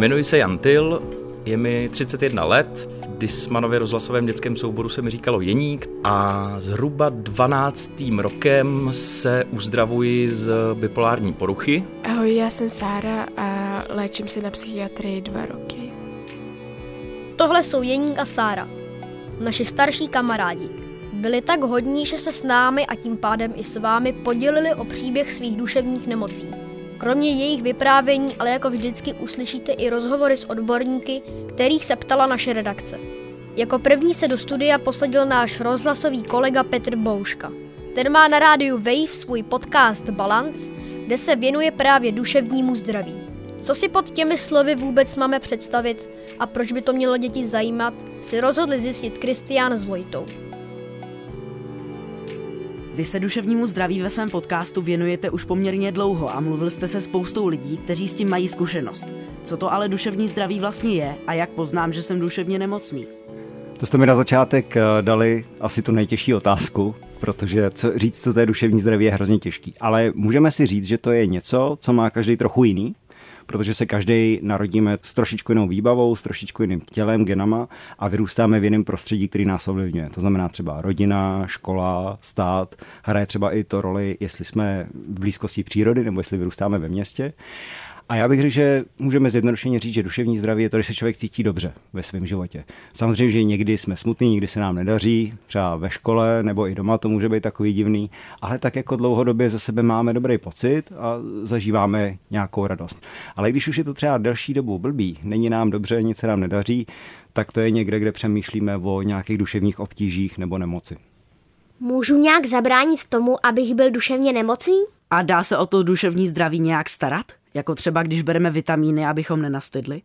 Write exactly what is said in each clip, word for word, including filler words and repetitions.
Jmenuji se Jan Tyl, je mi třicet jedna let, v Dismanově rozhlasovém dětském souboru se mi říkalo Jeník a zhruba dvanáctým rokem se uzdravuji z bipolární poruchy. Ahoj, já jsem Sára a léčím se na psychiatrii dva roky. Tohle jsou Jeník a Sára, naši starší kamarádi. Byli tak hodní, že se s námi a tím pádem i s vámi podělili o příběh svých duševních nemocí. Kromě jejich vyprávění, ale jako vždycky uslyšíte i rozhovory s odborníky, kterých se ptala naše redakce. Jako první se do studia posadil náš rozhlasový kolega Petr Bouška. Ten má na rádiu Wave svůj podcast Balance, kde se věnuje právě duševnímu zdraví. Co si pod těmi slovy vůbec máme představit a proč by to mělo děti zajímat, si rozhodli zjistit Kristián s Vojtou. Vy se duševnímu zdraví ve svém podcastu věnujete už poměrně dlouho a mluvil jste se spoustou lidí, kteří s tím mají zkušenost. Co to ale duševní zdraví vlastně je a jak poznám, že jsem duševně nemocný? To jste mi na začátek dali asi tu nejtěžší otázku, protože co, říct, co to je duševní zdraví, je hrozně těžký. Ale můžeme si říct, že to je něco, co má každý trochu jiný, protože se každý narodíme s trošičku jinou výbavou, s trošičku jiným tělem, genama a vyrůstáme v jiném prostředí, který nás ovlivňuje. To znamená třeba rodina, škola, stát, hraje třeba i to roli, jestli jsme v blízkosti přírody nebo jestli vyrůstáme ve městě. A já bych řekl, že můžeme zjednodušeně říct, že duševní zdraví je to, když se člověk cítí dobře ve svém životě. Samozřejmě, že někdy jsme smutní, někdy se nám nedaří, třeba ve škole nebo i doma to může být takový divný, ale tak jako dlouhodobě za sebe máme dobrý pocit a zažíváme nějakou radost. Ale když už je to třeba delší dobu blbý, není nám dobře, nic se nám nedaří, tak to je někde, kde přemýšlíme o nějakých duševních obtížích nebo nemoci. Můžu nějak zabránit tomu, abych byl duševně nemocný? A dá se o to duševní zdraví nějak starat? Jako třeba, když bereme vitamíny, abychom nenastydli?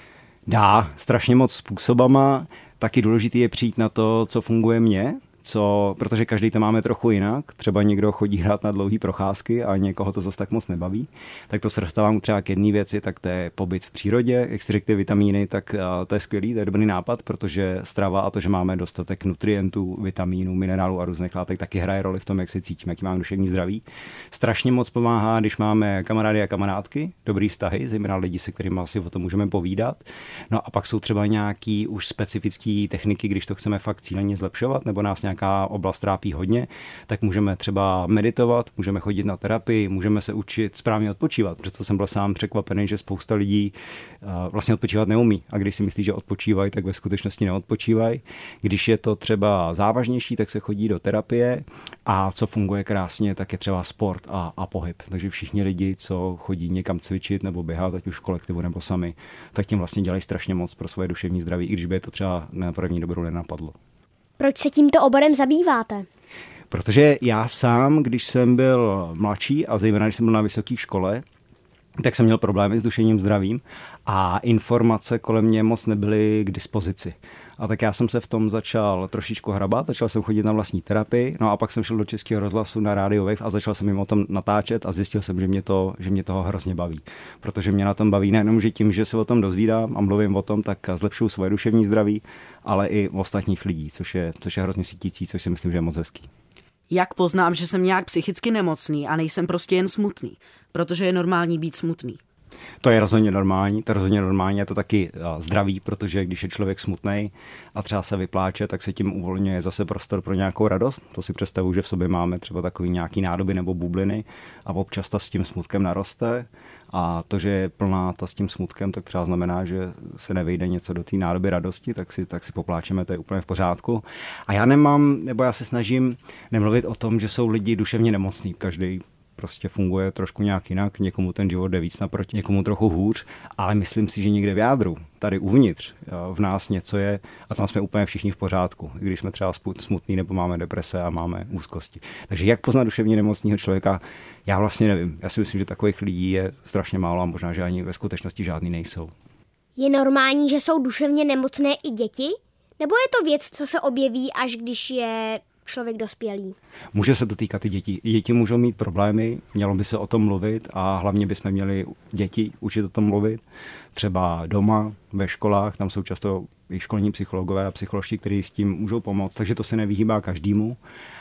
Dá, strašně moc způsobama. Taky důležité je přijít na to, co funguje mně, co, protože každý to máme trochu jinak. Třeba někdo chodí hrát na dlouhé procházky a někoho to zase tak moc nebaví. Tak to se dostávám třeba k jedné věci, tak to je pobyt v přírodě. Jak si řekli vitamíny, tak to je skvělý, to je dobrý nápad, protože strava a to, že máme dostatek nutrientů, vitamínů, minerálů a různých látek, taky hraje roli v tom, jak se cítíme, jaký máme duševní zdraví. Strašně moc pomáhá, když máme kamarády a kamarádky, dobrý vztahy, zejména lidi, se kterými asi o tom můžeme povídat. No a pak jsou třeba nějaký už specifické techniky, když to chceme fakt cíleně zlepšovat, nebo nás nějaká oblast trápí hodně, tak můžeme třeba meditovat, můžeme chodit na terapii, můžeme se učit správně odpočívat. Proto jsem byl sám překvapený, že spousta lidí vlastně odpočívat neumí. A když si myslí, že odpočívají, tak ve skutečnosti neodpočívají. Když je to třeba závažnější, tak se chodí do terapie a co funguje krásně, tak je třeba sport a, a pohyb. Takže všichni lidi, co chodí někam cvičit nebo běhat, ať už v kolektivu nebo sami, tak tím vlastně dělají strašně moc pro svoje duševní zdraví, i když by je to třeba na první dobrou nenapadlo. Proč se tímto oborem zabýváte? Protože já sám, když jsem byl mladší a zejména když jsem byl na vysoké škole, tak jsem měl problémy s duševním zdravím a informace kolem mě moc nebyly k dispozici. A tak já jsem se v tom začal trošičku hrabat, začal jsem chodit na vlastní terapii, no a pak jsem šel do Českého rozhlasu na Radio Wave a začal jsem jim o tom natáčet a zjistil jsem, že mě to, že mě toho hrozně baví. Protože mě na tom baví nejenom, že tím, že se o tom dozvídám a mluvím o tom, tak zlepšuju svoje duševní zdraví, ale i ostatních lidí, což je, což je hrozně sítící, což si myslím, že je moc hezký. Jak poznám, že jsem nějak psychicky nemocný a nejsem prostě jen smutný? Protože je normální být smutný. To je rozhodně normální, to je rozhodně normální, je to taky zdravý, protože když je člověk smutnej a třeba se vypláče, tak se tím uvolňuje zase prostor pro nějakou radost. To si představuji, že v sobě máme třeba takový nějaký nádoby nebo bubliny a občas ta s tím smutkem naroste. A to, že je plná ta s tím smutkem, tak třeba znamená, že se nevejde něco do té nádoby radosti, tak si, tak si popláčeme, to je úplně v pořádku. A já nemám, nebo já se snažím nemluvit o tom, že jsou lidi duševně nemocní. Každý prostě funguje trošku nějak jinak, někomu ten život jde víc naproti, někomu trochu hůř, ale myslím si, že někde v jádru, tady uvnitř, v nás něco je a tam jsme úplně všichni v pořádku, i když jsme třeba smutní nebo máme deprese a máme úzkosti. Takže jak poznat duševně nemocného člověka, já vlastně nevím. Já si myslím, že takových lidí je strašně málo a možná, že ani ve skutečnosti žádný nejsou. Je normální, že jsou duševně nemocné i děti? Nebo je to věc, co se objeví, až když je člověk dospělý? Může se to týkat i dětí. I děti můžou mít problémy, mělo by se o tom mluvit a hlavně bychom měli děti učit o tom mluvit. Třeba doma, ve školách, tam jsou často i školní psychologové a psycholožky, kteří s tím můžou pomoct, takže to se nevyhýbá každému.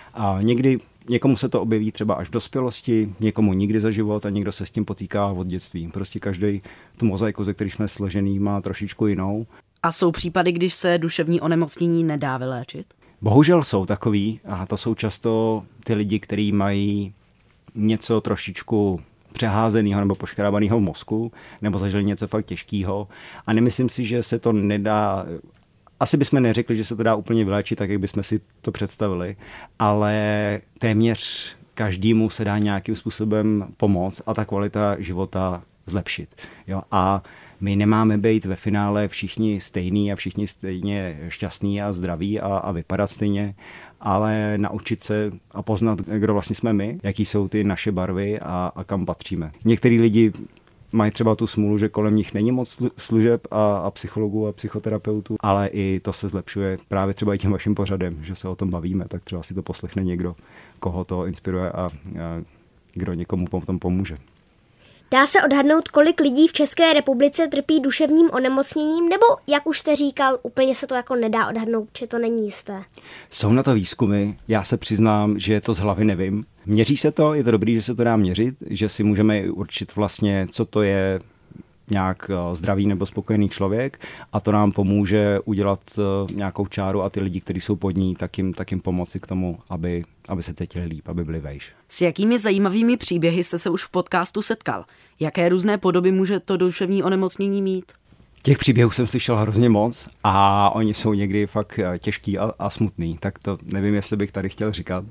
A někdy někomu se to objeví třeba až v dospělosti, někomu nikdy za život a někdo se s tím potýká od dětství. Prostě každý tu mozaiku, ze který jsme složený, má trošičku jinou. A jsou případy, když se duševní onemocnění nedá vyléčit? Bohužel jsou takový a to jsou často ty lidi, kteří mají něco trošičku přeházeného nebo poškrábaného v mozku, nebo zažili něco fakt těžkého. A nemyslím si, že se to nedá, asi bychom neřekli, že se to dá úplně vyléčit, tak jak bychom si to představili, ale téměř každému se dá nějakým způsobem pomoct a ta kvalita života zlepšit. Jo? A my nemáme být ve finále všichni stejní a všichni stejně šťastní a zdraví a, a vypadat stejně, ale naučit se a poznat, kdo vlastně jsme my, jaký jsou ty naše barvy a, a kam patříme. Některý lidi mají třeba tu smůlu, že kolem nich není moc služeb a, a psychologů a psychoterapeutů, ale i to se zlepšuje právě třeba i tím vaším pořadem, že se o tom bavíme, tak třeba si to poslechne někdo, koho to inspiruje a, a kdo někomu v tom pomůže. Dá se odhadnout, kolik lidí v České republice trpí duševním onemocněním, nebo, jak už jste říkal, úplně se to jako nedá odhadnout, že to není jisté? Jsou na to výzkumy, já se přiznám, že to z hlavy nevím. Měří se to, je to dobrý, že se to dá měřit, že si můžeme určit vlastně, co to je nějak zdravý nebo spokojený člověk a to nám pomůže udělat nějakou čáru a ty lidi, kteří jsou pod ní, tak jim, tak jim pomoci k tomu, aby, aby se cítili líp, aby byli vejš. S jakými zajímavými příběhy jste se už v podcastu setkal? Jaké různé podoby může to duševní onemocnění mít? Těch příběhů jsem slyšel hrozně moc a oni jsou někdy fakt těžký a, a smutný, tak to nevím, jestli bych tady chtěl říkat.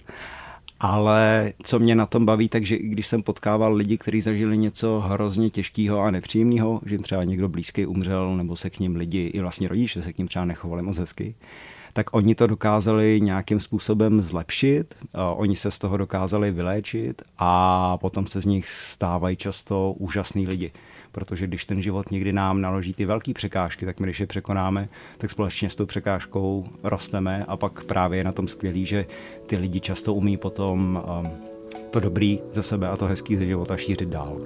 Ale co mě na tom baví, takže i když jsem potkával lidi, kteří zažili něco hrozně těžkého a nepříjemného, že jim třeba někdo blízký umřel, nebo se k ním lidi, i vlastně rodiče se k ním třeba nechovali moc hezky, tak oni to dokázali nějakým způsobem zlepšit, oni se z toho dokázali vyléčit a potom se z nich stávají často úžasný lidi. Protože když ten život někdy nám naloží ty velké překážky, tak my když je překonáme, tak společně s tou překážkou rosteme a pak právě je na tom skvělý, že ty lidi často umí potom um, to dobrý ze sebe a to hezký ze života šířit dál.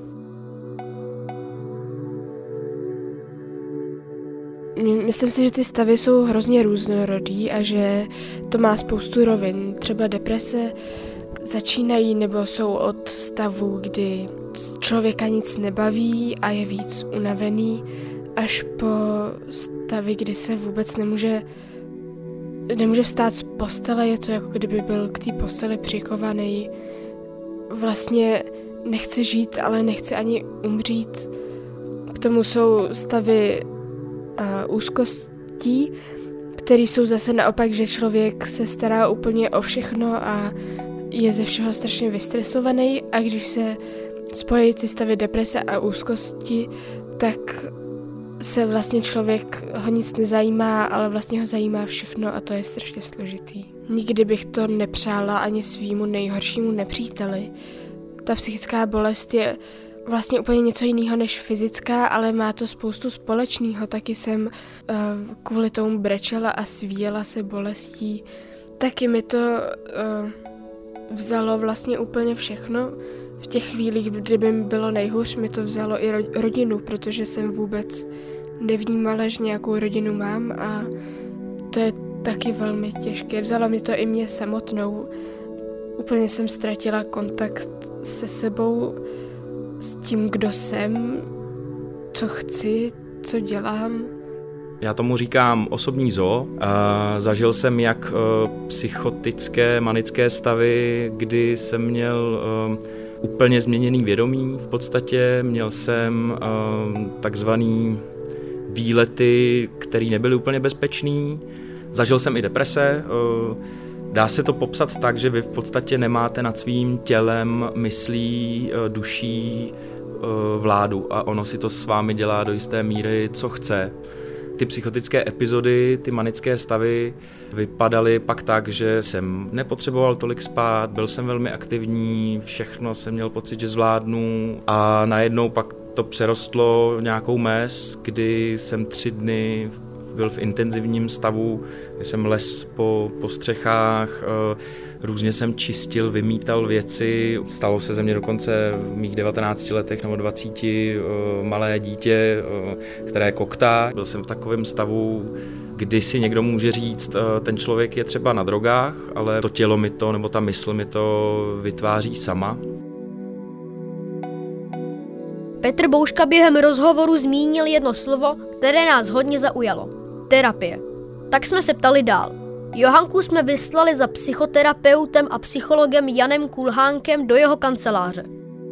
Myslím si, že ty stavy jsou hrozně různorodý a že to má spoustu rovin. Třeba deprese začínají nebo jsou od stavu, kdy člověka nic nebaví a je víc unavený, až po stavy, kdy se vůbec nemůže, nemůže vstát z postele, je to jako kdyby byl k té posteli přikovaný. Vlastně nechce žít, ale nechce ani umřít. K tomu jsou stavy uh, úzkostí, které jsou zase naopak, že člověk se stará úplně o všechno a je ze všeho strašně vystresovaný a když se spojí ty stavy deprese a úzkosti, tak se vlastně člověk ho nic nezajímá, ale vlastně ho zajímá všechno a to je strašně složitý. Nikdy bych to nepřála ani svýmu nejhoršímu nepříteli. Ta psychická bolest je vlastně úplně něco jiného než fyzická, ale má to spoustu společného. Taky jsem uh, kvůli tomu brečela a svíjela se bolestí. Taky mi to uh, vzalo vlastně úplně všechno. V těch chvílích, kdyby mi bylo nejhůř, mi to vzalo i rodinu, protože jsem vůbec nevnímala, že nějakou rodinu mám a to je taky velmi těžké. Vzalo mi to i mě samotnou. Úplně jsem ztratila kontakt se sebou, s tím, kdo jsem, co chci, co dělám. Já tomu říkám osobní zoo. Zažil jsem jak psychotické, manické stavy, kdy jsem měl úplně změněný vědomí. V podstatě měl jsem takzvaný výlety, které nebyly úplně bezpečný. Zažil jsem i deprese. Dá se to popsat tak, že vy v podstatě nemáte nad svým tělem, myslí, duší vládu a ono si to s vámi dělá do jisté míry, co chce. Ty psychotické epizody, ty manické stavy vypadaly pak tak, že jsem nepotřeboval tolik spát, byl jsem velmi aktivní, všechno jsem měl pocit, že zvládnu a najednou pak to přerostlo nějakou mez, kdy jsem tři dny byl v intenzivním stavu, kdy jsem les po, po střechách, různě jsem čistil, vymítal věci. Stalo se ze mě dokonce v mých devatenácti letech nebo dvaceti malé dítě, které koktá. Byl jsem v takovém stavu kdy si někdo může říct, ten člověk je třeba na drogách, ale to tělo mi to, nebo ta mysl mi to vytváří sama. Petr Bouška během rozhovoru zmínil jedno slovo, které nás hodně zaujalo. Terapie. Tak jsme se ptali dál. Johanku jsme vyslali za psychoterapeutem a psychologem Janem Kulhánkem do jeho kanceláře.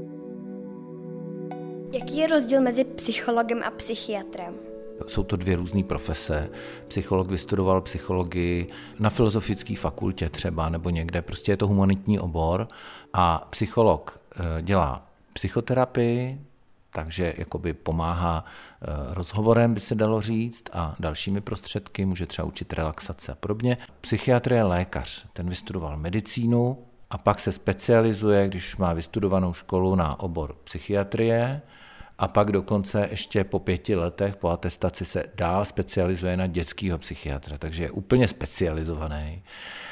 Jaký je rozdíl mezi psychologem a psychiatrem? Jsou to dvě různé profese. Psycholog vystudoval psychologii na filozofické fakultě třeba nebo někde, prostě je to humanitní obor a psycholog dělá psychoterapii, takže jakoby pomáhá rozhovorem, by se dalo říct, a dalšími prostředky, může třeba učit relaxace a podobně. Psychiatr je lékař, ten vystudoval medicínu a pak se specializuje, když má vystudovanou školu, na obor psychiatrie a pak dokonce ještě po pěti letech po atestaci se dál specializuje na dětského psychiatra, takže je úplně specializovaný.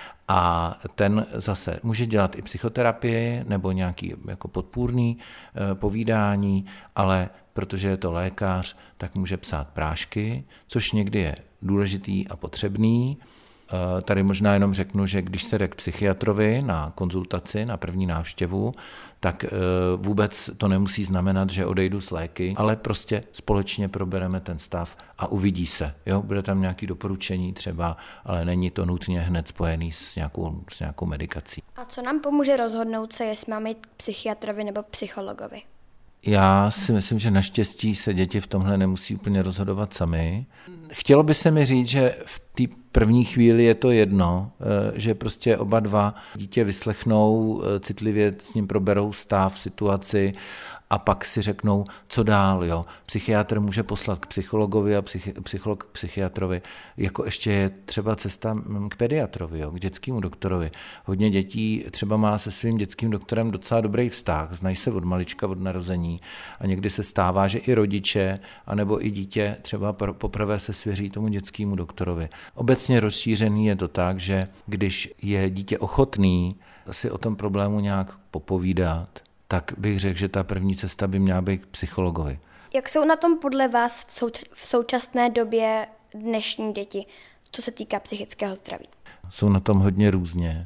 A ten zase může dělat i psychoterapii nebo nějaký jako podpůrný povídání, ale protože je to lékař, tak může psát prášky, což někdy je důležitý a potřebný. Tady možná jenom řeknu, že když se jde k psychiatrovi na konzultaci, na první návštěvu, tak vůbec to nemusí znamenat, že odejdu s léky, ale prostě společně probereme ten stav a uvidí se. Jo? Bude tam nějaké doporučení třeba, ale není to nutně hned spojený s nějakou, s nějakou medikací. A co nám pomůže rozhodnout se, jestli máme jít k psychiatrovi nebo psychologovi? Já si myslím, že naštěstí se děti v tomhle nemusí úplně rozhodovat sami. Chtělo by se mi říct, že v té první chvíli je to jedno, že prostě oba dva dítě vyslechnou, citlivě s ním proberou stav, situaci a pak si řeknou, co dál. Jo. Psychiatr může poslat k psychologovi a psychi, psycholog k psychiatrovi. Jako ještě je třeba cesta k pediatrovi, jo, k dětskému doktorovi. Hodně dětí třeba má se svým dětským doktorem docela dobrý vztah, znají se od malička, od narození a někdy se stává, že i rodiče, anebo i dítě třeba poprvé se svěří tomu dětskému doktorovi. Obecně rozšířený je to tak, že když je dítě ochotný si o tom problému nějak popovídat, tak bych řekl, že ta první cesta by měla být k psychologovi. Jak jsou na tom podle vás v, souč- v současné době dnešní děti, co se týká psychického zdraví? Jsou na tom hodně různě.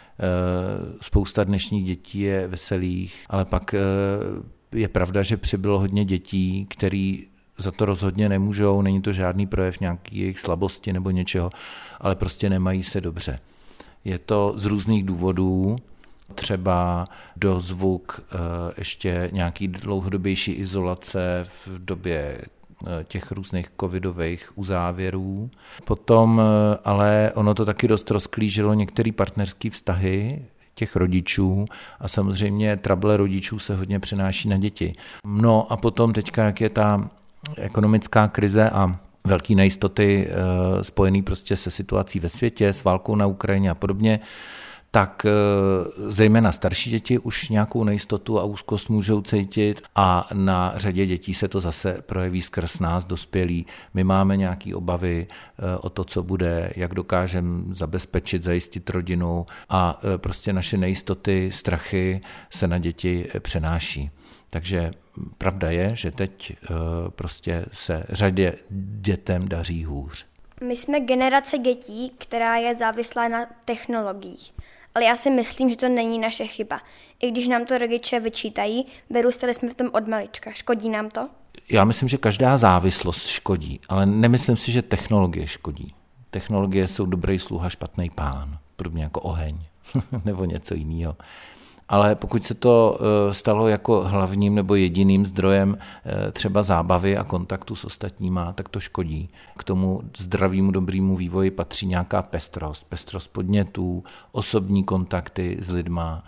Spousta dnešních dětí je veselých, ale pak je pravda, že přibylo hodně dětí, který za to rozhodně nemůžou, není to žádný projev nějaký jejich slabosti nebo něčeho, ale prostě nemají se dobře. Je to z různých důvodů, třeba dozvuk ještě nějaký dlouhodobější izolace v době těch různých covidových uzávěrů. Potom ale ono to taky dost rozklížilo některé partnerské vztahy těch rodičů a samozřejmě trable rodičů se hodně přenáší na děti. No a potom teďka, jak je ta ekonomická krize a velké nejistoty spojené prostě se situací ve světě, s válkou na Ukrajině a podobně, tak zejména starší děti už nějakou nejistotu a úzkost můžou cítit a na řadě dětí se to zase projeví skrz nás, dospělí. My máme nějaké obavy o to, co bude, jak dokážeme zabezpečit, zajistit rodinu a prostě naše nejistoty, strachy se na děti přenáší. Takže pravda je, že teď prostě se řadě dětem daří hůř. My jsme generace dětí, která je závislá na technologiích. Ale já si myslím, že to není naše chyba. I když nám to rodiče vyčítají, vyrůstali jsme v tom od malička. Škodí nám to? Já myslím, že každá závislost škodí, ale nemyslím si, že technologie škodí. Technologie jsou dobrý sluha, špatný pán, podobně jako oheň nebo něco jiného. Ale pokud se to stalo jako hlavním nebo jediným zdrojem třeba zábavy a kontaktu s ostatníma, tak to škodí. K tomu zdravému, dobrému vývoji patří nějaká pestrost, pestrost podnětů, osobní kontakty s lidma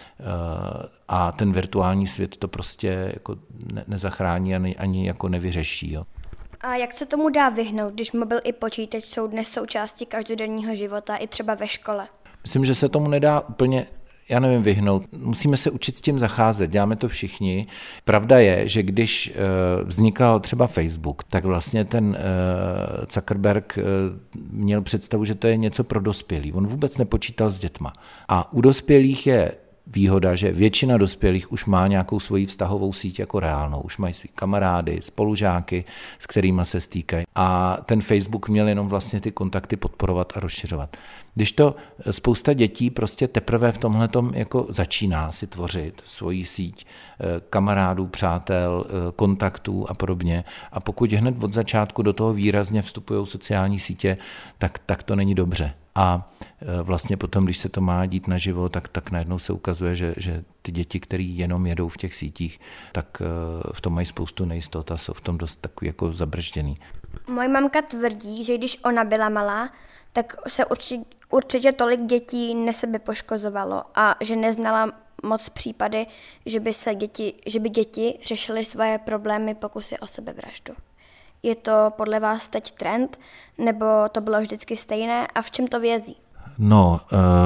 a ten virtuální svět to prostě jako nezachrání ani, ani jako nevyřeší. Jo. A jak se tomu dá vyhnout, když mobil i počítač jsou dnes součástí každodenního života i třeba ve škole? Myslím, že se tomu nedá úplně já nevím, vyhnout. Musíme se učit s tím zacházet, děláme to všichni. Pravda je, že když vznikal třeba Facebook, tak vlastně ten Zuckerberg měl představu, že to je něco pro dospělí. On vůbec nepočítal s dětma. A u dospělých je výhoda, že většina dospělých už má nějakou svoji vztahovou síť jako reálnou. Už mají svý kamarády, spolužáky, s kterými se stýkají. A ten Facebook měl jenom vlastně ty kontakty podporovat a rozšiřovat. Když to spousta dětí prostě teprve v tomhletom jako začíná si tvořit svoji síť kamarádů, přátel, kontaktů a podobně. A pokud hned od začátku do toho výrazně vstupují sociální sítě, tak, tak to není dobře. A vlastně potom, když se to má dít naživo, tak, tak najednou se ukazuje, že, že ty děti, které jenom jedou v těch sítích, tak v tom mají spoustu nejistot a jsou v tom dost takový jako zabržděný. Moje mamka tvrdí, že když ona byla malá, tak se určitě, určitě tolik dětí nesebepoškozovalo a že neznala moc případy, že by, se děti, že by děti řešily svoje problémy, pokusy o sebevraždu. Je to podle vás teď trend, nebo to bylo vždycky stejné a v čem to vězí? No,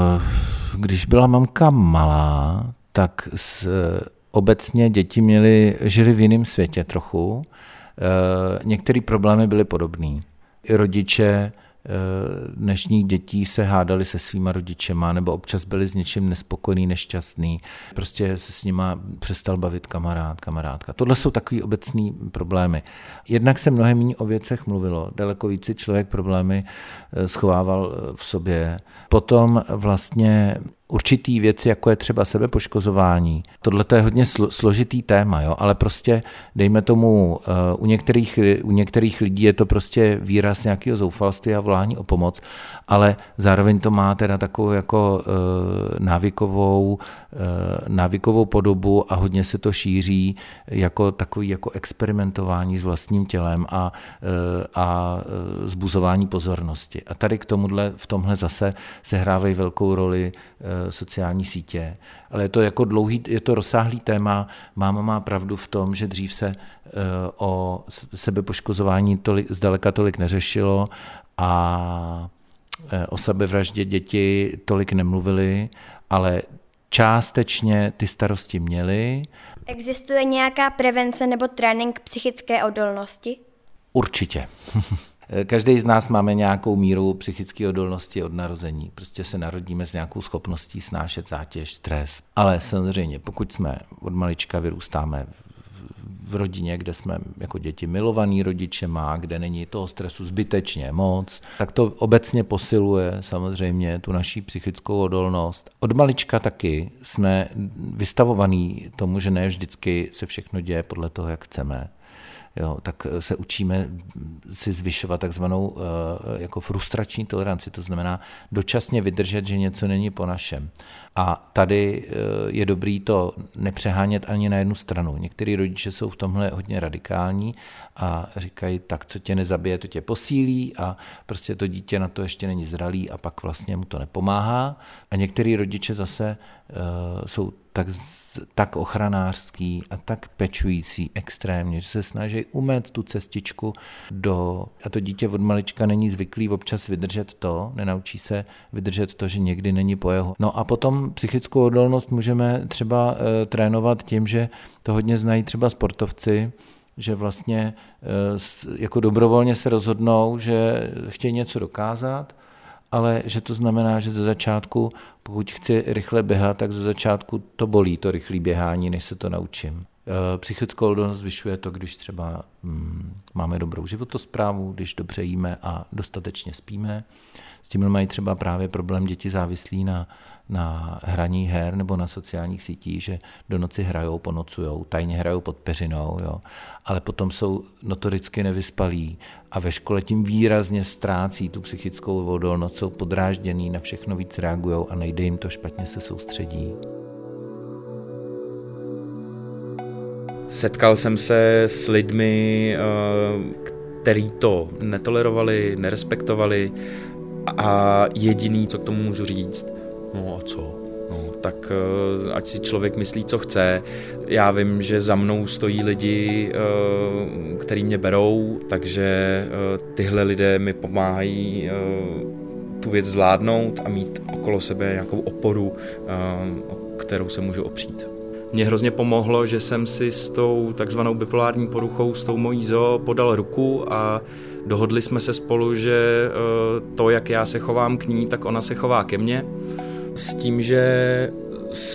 když byla mamka malá, tak obecně děti měly, žili v jiném světě trochu. Některé problémy byly podobné. Rodiče dnešních dětí se hádali se svýma rodičema nebo občas byli s něčím nespokojný, nešťastný. Prostě se s nima přestal bavit kamarád, kamarádka. Tohle jsou takový obecný problémy. Jednak se mnohem méně o věcech mluvilo. Daleko více člověk problémy schovával v sobě. Potom vlastně určitý věci, jako je třeba sebepoškozování. Tohle je hodně složitý téma, jo? Ale prostě dejme tomu, u některých, u některých lidí je to prostě výraz nějakého zoufalství a volání o pomoc, ale zároveň to má teda takovou jako návykovou, návykovou podobu a hodně se to šíří jako takový jako experimentování s vlastním tělem a, a zbuzování pozornosti. A tady k tomuhle, v tomhle zase sehrávají velkou roli sociální sítě. Ale je to jako dlouhý, je to rozsáhlý téma. Máma má pravdu v tom, že dřív se o sebepoškozování tolik, zdaleka tolik neřešilo a o sebevraždě děti tolik nemluvili, ale částečně ty starosti měly. Existuje nějaká prevence nebo trénink psychické odolnosti? Určitě. Každý z nás máme nějakou míru psychické odolnosti od narození. Prostě se narodíme s nějakou schopností snášet zátěž, stres. Ale samozřejmě, pokud jsme od malička vyrůstáme v rodině, kde jsme jako děti milovaní rodičema, kde není toho stresu zbytečně moc, tak to obecně posiluje samozřejmě tu naší psychickou odolnost. Od malička taky jsme vystavovaní tomu, že ne vždycky se všechno děje podle toho, jak chceme. Jo, tak se učíme si zvyšovat takzvanou jako frustrační toleranci, to znamená dočasně vydržet, že něco není po našem. A tady je dobrý to nepřehánět ani na jednu stranu. Některý rodiče jsou v tomhle hodně radikální a říkají, tak co tě nezabije, to tě posílí a prostě to dítě na to ještě není zralý a pak vlastně mu to nepomáhá. A některý rodiče zase uh, jsou tak, tak ochranářský a tak pečující extrémně, že se snaží umést tu cestičku do... A to dítě od malička není zvyklý občas vydržet to, nenaučí se vydržet to, že někdy není po jeho. No a potom psychickou odolnost můžeme třeba uh, trénovat tím, že to hodně znají třeba sportovci, že vlastně uh, jako dobrovolně se rozhodnou, že chtějí něco dokázat, ale že to znamená, že ze začátku, pokud chci rychle běhat, tak ze začátku to bolí, to rychlé běhání, než se to naučím. Psychickou odolnost zvyšuje to, když třeba hmm, máme dobrou životosprávu, když dobře jíme a dostatečně spíme. S tím mají třeba právě problém děti závislí na, na hraní her nebo na sociálních sítích, že do noci hrajou, ponocujou, tajně hrajou pod peřinou, jo. Ale potom jsou notoricky nevyspalí a ve škole tím výrazně ztrácí tu psychickou odolnost, jsou podrážděný, na všechno víc reagují a nejde jim to, špatně se soustředí. Setkal jsem se s lidmi, kteří to netolerovali, nerespektovali a jediný, co k tomu můžu říct, no a co? No, tak ať si člověk myslí, co chce. Já vím, že za mnou stojí lidi, kteří mě berou, takže tyhle lidé mi pomáhají tu věc zvládnout a mít okolo sebe nějakou oporu, o kterou se můžu opřít. Mně hrozně pomohlo, že jsem si s tou takzvanou bipolární poruchou, s tou mojí zoo, podal ruku a dohodli jsme se spolu, že to, jak já se chovám k ní, tak ona se chová ke mně. S tím, že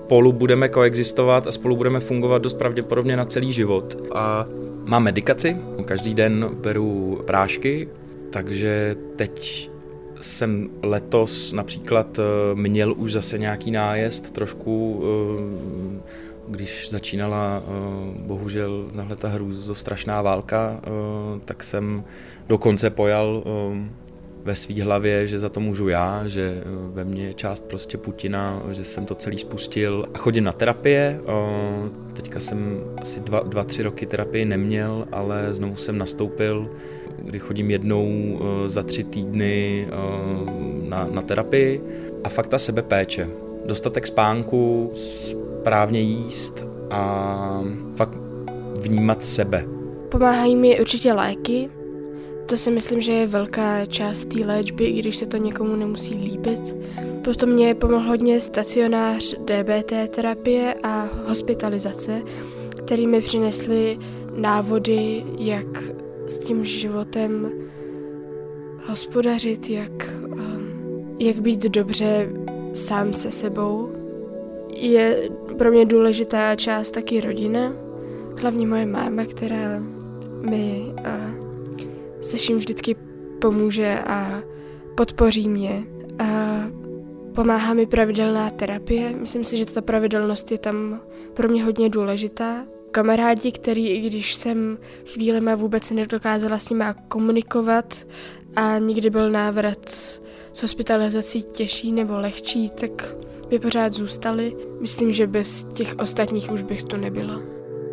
spolu budeme koexistovat a spolu budeme fungovat dost pravděpodobně na celý život. A mám medikaci, každý den beru prášky, takže teď jsem letos například měl už zase nějaký nájezd trošku, když začínala bohužel tahle ta hrůzostrašná válka, tak jsem dokonce pojal ve svý hlavě, že za to můžu já, že ve mně je část prostě Putina, že jsem to celý spustil a chodím na terapie. Teďka jsem asi dva, dva, tři roky terapii neměl, ale znovu jsem nastoupil, kdy chodím jednou za tři týdny na, na terapii a fakt ta sebepéče. Dostatek spánku, správně jíst a fakt vnímat sebe. Pomáhají mi určitě léky. To si myslím, že je velká část té léčby, i když se to někomu nemusí líbit. Potom mě pomohl hodně stacionář D B T terapie a hospitalizace, který mi přinesly návody, jak s tím životem hospodařit, jak, jak být dobře sám se sebou. Je pro mě důležitá část taky rodina, hlavně moje máma, která mi se vším vždycky pomůže a podpoří mě. A pomáhá mi pravidelná terapie. Myslím si, že ta pravidelnost je tam pro mě hodně důležitá. Kamarádi, který, i když jsem chvílema vůbec nedokázala s nimi komunikovat a nikdy byl návrat s hospitalizací těžší nebo lehčí, tak by pořád zůstali. Myslím, že bez těch ostatních už bych tu nebyla.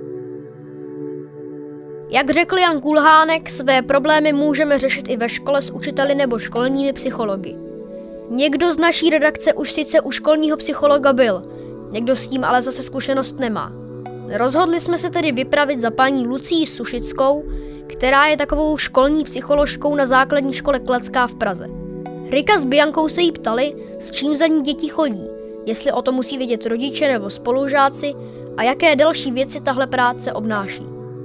Jak řekl Jan Kulhánek, své problémy můžeme řešit i ve škole s učiteli nebo školními psychologi. Někdo z naší redakce už sice u školního psychologa byl, někdo s tím ale zase zkušenost nemá. Rozhodli jsme se tedy vypravit za paní Lucí Sušickou, která je takovou školní psycholožkou na základní škole Klecká v Praze. Rika s Biankou se jí ptali, s čím za ní děti chodí, jestli o to musí vědět rodiče nebo spolužáci a jaké další věci tahle práce obnáší.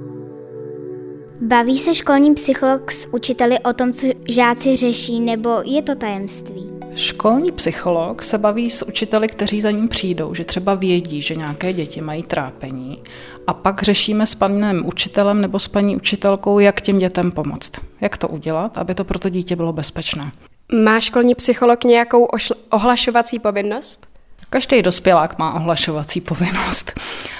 Baví se školní psycholog s učiteli o tom, co žáci řeší, nebo je to tajemství? Školní psycholog se baví s učiteli, kteří za ním přijdou, že třeba vědí, že nějaké děti mají trápení a pak řešíme s panem učitelem nebo s paní učitelkou, jak těm dětem pomoct. Jak to udělat, aby to pro to dítě bylo bezpečné. Má školní psycholog nějakou ošl- ohlašovací povinnost? Každý dospělák má ohlašovací povinnost.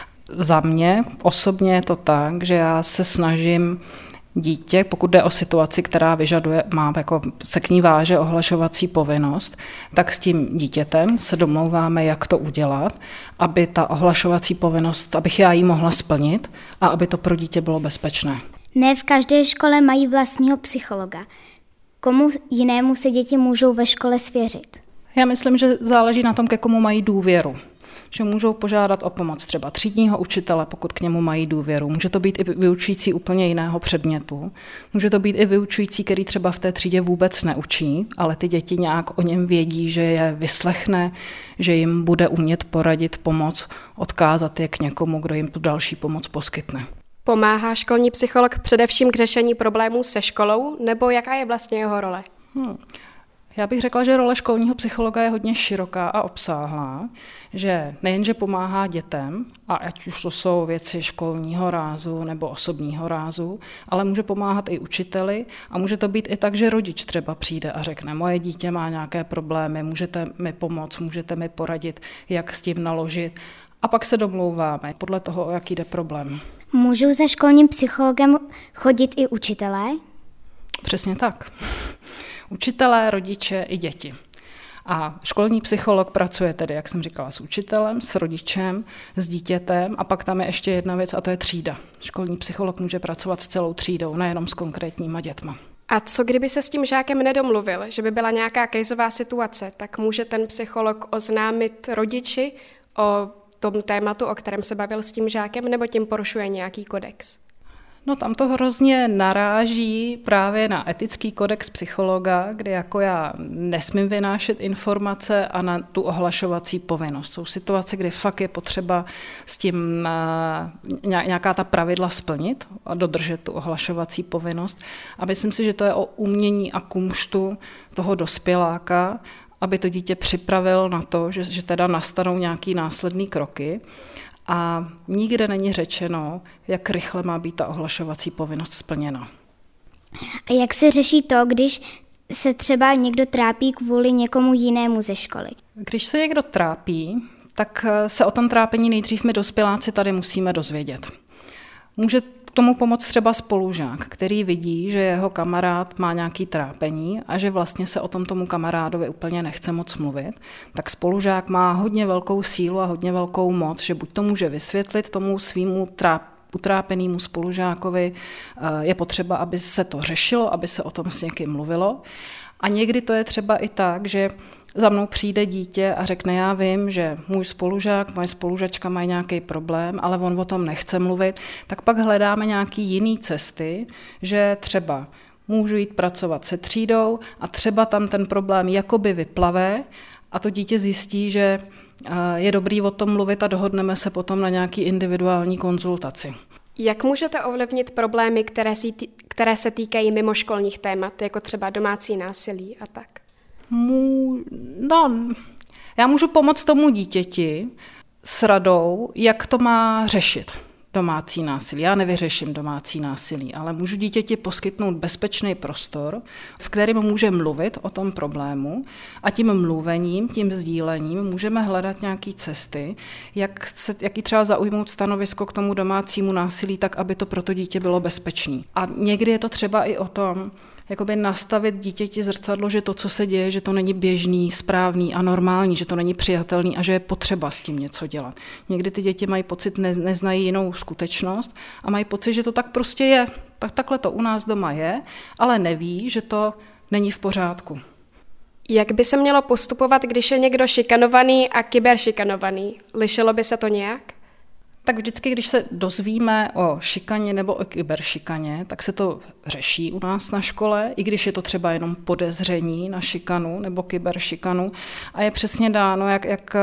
Za mě osobně je to tak, že já se snažím dítě, pokud jde o situaci, která vyžaduje, má jako se k ní váže ohlašovací povinnost, tak s tím dítětem se domlouváme, jak to udělat, aby ta ohlašovací povinnost, abych já ji mohla splnit a aby to pro dítě bylo bezpečné. Ne v každé škole mají vlastního psychologa. Komu jinému se děti můžou ve škole svěřit? Já myslím, že záleží na tom, ke komu mají důvěru. Že můžou požádat o pomoc třeba třídního učitele, pokud k němu mají důvěru. Může to být i vyučující úplně jiného předmětu. Může to být i vyučující, který třeba v té třídě vůbec neučí, ale ty děti nějak o něm vědí, že je vyslechne, že jim bude umět poradit, pomoc, odkázat je k někomu, kdo jim tu další pomoc poskytne. Pomáhá školní psycholog především k řešení problémů se školou, nebo jaká je vlastně jeho role? Hmm. Já bych řekla, že role školního psychologa je hodně široká a obsáhlá, že nejenže pomáhá dětem, a ať už to jsou věci školního rázu nebo osobního rázu, ale může pomáhat i učiteli a může to být i tak, že rodič třeba přijde a řekne, moje dítě má nějaké problémy, můžete mi pomoct, můžete mi poradit, jak s tím naložit a pak se domlouváme podle toho, o jaký jde problém. Můžou za školním psychologem chodit i učitelé? Přesně tak. Učitelé, rodiče i děti. A školní psycholog pracuje tedy, jak jsem říkala, s učitelem, s rodičem, s dítětem a pak tam je ještě jedna věc a to je třída. Školní psycholog může pracovat s celou třídou, nejenom s konkrétníma dětma. A co kdyby se s tím žákem nedomluvil, že by byla nějaká krizová situace, tak může ten psycholog oznámit rodiči o tom tématu, o kterém se bavil s tím žákem, nebo tím porušuje nějaký kodex? No tam to hrozně naráží právě na etický kodex psychologa, kde jako já nesmím vynášet informace a na tu ohlašovací povinnost. Jsou situace, kdy fakt je potřeba s tím nějaká ta pravidla splnit a dodržet tu ohlašovací povinnost. A myslím si, že to je o umění a kumštu toho dospěláka, aby to dítě připravil na to, že, že teda nastanou nějaký následný kroky. A nikde není řečeno, jak rychle má být ta ohlašovací povinnost splněna. A jak se řeší to, když se třeba někdo trápí kvůli někomu jinému ze školy? Když se někdo trápí, tak se o tom trápení nejdřív my dospěláci tady musíme dozvědět. Může k tomu pomoct třeba spolužák, který vidí, že jeho kamarád má nějaký trápení a že vlastně se o tom tomu kamarádovi úplně nechce moc mluvit, tak spolužák má hodně velkou sílu a hodně velkou moc, že buď to může vysvětlit tomu svýmu trápení, utrápenému spolužákovi, je potřeba, aby se to řešilo, aby se o tom s někým mluvilo. A někdy to je třeba i tak, že za mnou přijde dítě a řekne, já vím, že můj spolužák, moje spolužačka mají nějaký problém, ale on o tom nechce mluvit, tak pak hledáme nějaký jiný cesty, že třeba můžu jít pracovat se třídou a třeba tam ten problém jakoby vyplave a to dítě zjistí, že je dobrý o tom mluvit a dohodneme se potom na nějaký individuální konzultaci. Jak můžete ovlivnit problémy, které, si, které se týkají mimoškolních témat, jako třeba domácí násilí a tak? Mů, no, já můžu pomoct tomu dítěti s radou, jak to má řešit. Domácí násilí. Já nevyřeším domácí násilí, ale můžu dítěti poskytnout bezpečný prostor, v kterém může mluvit o tom problému a tím mluvením, tím sdílením můžeme hledat nějaké cesty, jak, se, jak jí třeba zaujmout stanovisko k tomu domácímu násilí, tak aby to pro to dítě bylo bezpečné. A někdy je to třeba i o tom, jakoby nastavit dítěti zrcadlo, že to, co se děje, že to není běžný, správný a normální, že to není přijatelný a že je potřeba s tím něco dělat. Někdy ty děti mají pocit, ne, neznají jinou skutečnost a mají pocit, že to tak prostě je. Tak takhle to u nás doma je, ale neví, že to není v pořádku. Jak by se mělo postupovat, když je někdo šikanovaný a kyberšikanovaný? Lišilo by se to nějak? Tak vždycky, když se dozvíme o šikaně nebo o kyberšikaně, tak se to řeší u nás na škole, i když je to třeba jenom podezření na šikanu nebo kyberšikanu a je přesně dáno, jak, jak,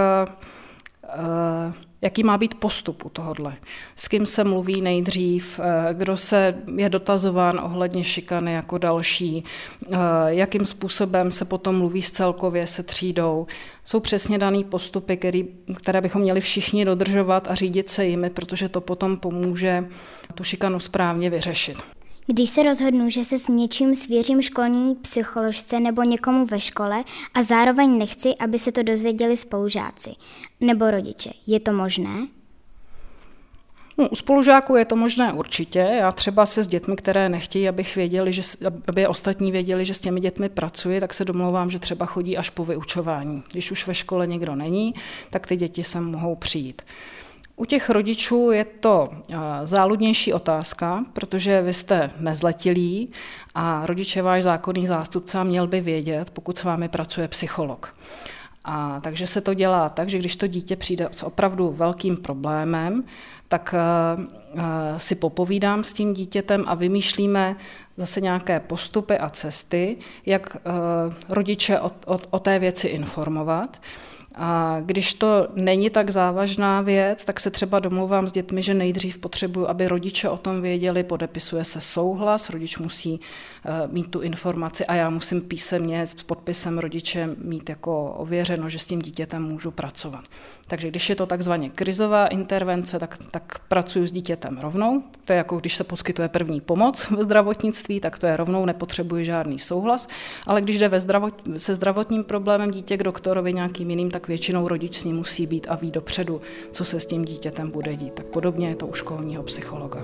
jaký má být postup u tohodle. S kým se mluví nejdřív, kdo se je dotazován ohledně šikany jako další, jakým způsobem se potom mluví s celkově se třídou. Jsou přesně daný postupy, který, které bychom měli všichni dodržovat a řídit se jimi, protože to potom pomůže tu šikanu správně vyřešit. Když se rozhodnu, že se s něčím svěřím školní psycholožce nebo někomu ve škole a zároveň nechci, aby se to dozvěděli spolužáci nebo rodiče, je to možné? No, u spolužáků je to možné určitě. Já třeba se s dětmi, které nechtějí, abych věděli, že, aby ostatní věděli, že s těmi dětmi pracuji, tak se domlouvám, že třeba chodí až po vyučování. Když už ve škole někdo není, tak ty děti sem mohou přijít. U těch rodičů je to záludnější otázka, protože vy jste nezletilí a rodič je váš zákonný zástupce a měl by vědět, pokud s vámi pracuje psycholog. A takže se to dělá tak, že když to dítě přijde s opravdu velkým problémem, tak uh, si popovídám s tím dítětem a vymýšlíme zase nějaké postupy a cesty, jak uh, rodiče o, o, o té věci informovat. A když to není tak závažná věc, tak se třeba domluvám s dětmi, že nejdřív potřebuju, aby rodiče o tom věděli, podepisuje se souhlas, rodič musí uh, mít tu informaci a já musím písemně s podpisem rodiče mít jako ověřeno, že s tím dítětem můžu pracovat. Takže když je to takzvaně krizová intervence, tak, tak pracuji s dítětem rovnou. To je jako když se poskytuje první pomoc ve zdravotnictví, tak to je rovnou, nepotřebuje žádný souhlas. Ale když jde ve zdravot, se zdravotním problémem dítě k doktorovi nějakým jiným, tak většinou rodič s ním musí být a ví dopředu, co se s tím dítětem bude dít. Tak podobně je to u školního psychologa.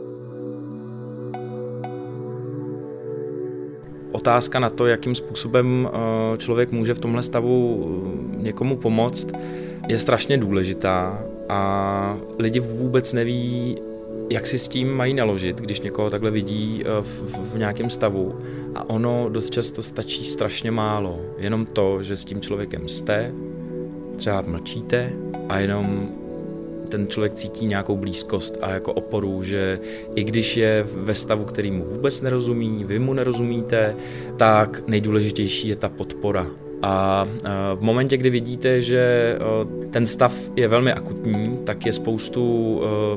Otázka na to, jakým způsobem člověk může v tomhle stavu někomu pomoct, je strašně důležitá a lidi vůbec neví, jak si s tím mají naložit, když někoho takhle vidí v, v nějakém stavu. A ono dost často stačí strašně málo. Jenom to, že s tím člověkem jste, třeba mlčíte a jenom ten člověk cítí nějakou blízkost a jako oporu, že i když je ve stavu, který mu vůbec nerozumí, vy mu nerozumíte, tak nejdůležitější je ta podpora. A v momentě, kdy vidíte, že ten stav je velmi akutní, tak je spoustu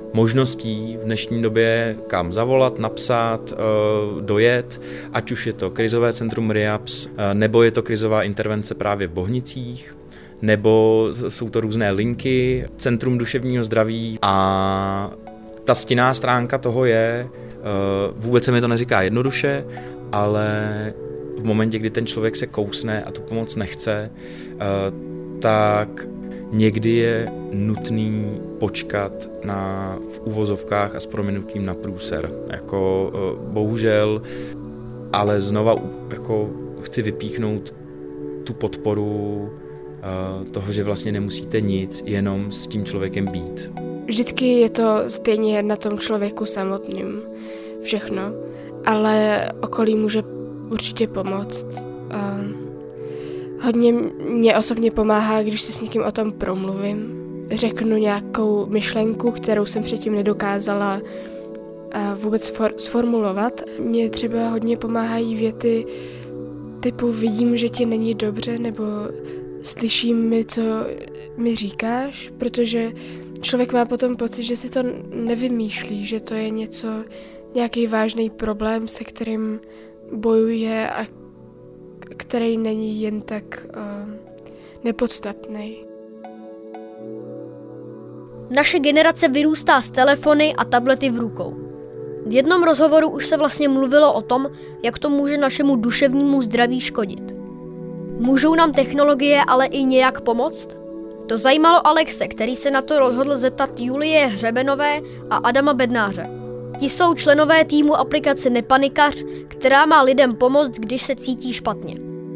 možností v dnešní době, kam zavolat, napsat, dojet, ať už je to krizové centrum RIAPS, nebo je to krizová intervence právě v Bohnicích, nebo jsou to různé linky, Centrum duševního zdraví a ta stinná stránka toho je, vůbec se mi to neříká jednoduše, ale v momentě, kdy ten člověk se kousne a tu pomoc nechce, tak někdy je nutný počkat na, v uvozovkách a s prominutím na průser. Jako, bohužel, ale znova jako chci vypíchnout tu podporu toho, že vlastně nemusíte nic, jenom s tím člověkem být. Vždycky je to stejně na tom člověku samotným všechno, ale okolí může určitě pomoct. A hodně mě osobně pomáhá, když si s někým o tom promluvím. Řeknu nějakou myšlenku, kterou jsem předtím nedokázala vůbec for, sformulovat. Mně třeba hodně pomáhají věty typu vidím, že ti není dobře, nebo slyším mi, co mi říkáš, protože člověk má potom pocit, že si to nevymýšlí, že to je něco, nějaký vážný problém, se kterým bojuje a který není jen tak uh, nepodstatný. Naše generace vyrůstá s telefony a tablety v rukou. V jednom rozhovoru už se vlastně mluvilo o tom, jak to může našemu duševnímu zdraví škodit. Můžou nám technologie ale i nějak pomoct? To zajímalo Alexe, který se na to rozhodl zeptat Julie Hřebenové a Adama Bednáře. Ti jsou členové týmu aplikace Nepanikař, která má lidem pomoct, když se cítí špatně.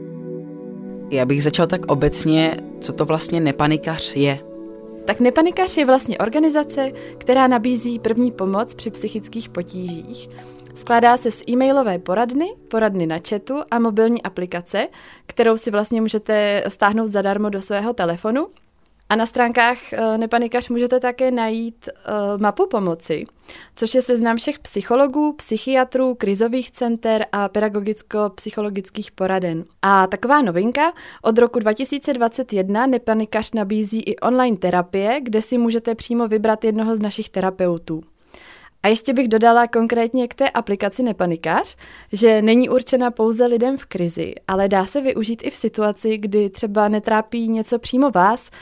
Já bych začal tak obecně, co to vlastně Nepanikař je. Tak Nepanikař je vlastně organizace, která nabízí první pomoc při psychických potížích. Skládá se z e-mailové poradny, poradny na chatu a mobilní aplikace, kterou si vlastně můžete stáhnout zadarmo do svého telefonu. A na stránkách Nepanikař můžete také najít uh, mapu pomoci, což je seznam všech psychologů, psychiatrů, krizových center a pedagogicko-psychologických poraden. A taková novinka, od roku dva tisíce dvacet jedna Nepanikař nabízí i online terapie, kde si můžete přímo vybrat jednoho z našich terapeutů. A ještě bych dodala konkrétně k té aplikaci Nepanikař, že není určena pouze lidem v krizi, ale dá se využít i v situaci, kdy třeba netrápí něco přímo vás,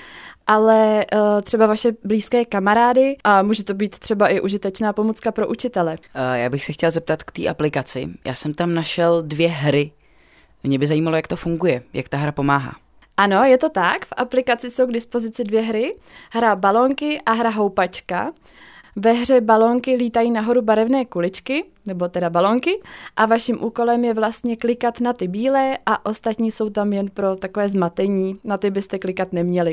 ale uh, třeba vaše blízké kamarády a může to být třeba i užitečná pomůcka pro učitele. Uh, já bych se chtěl zeptat k té aplikaci. Já jsem tam našel dvě hry. Mě by zajímalo, jak to funguje, jak ta hra pomáhá. Ano, je to tak. V aplikaci jsou k dispozici dvě hry. Hra Balónky a hra Houpačka. Ve hře Balónky lítají nahoru barevné kuličky, nebo teda balónky, a vaším úkolem je vlastně klikat na ty bílé a ostatní jsou tam jen pro takové zmatení, na ty byste klikat neměli.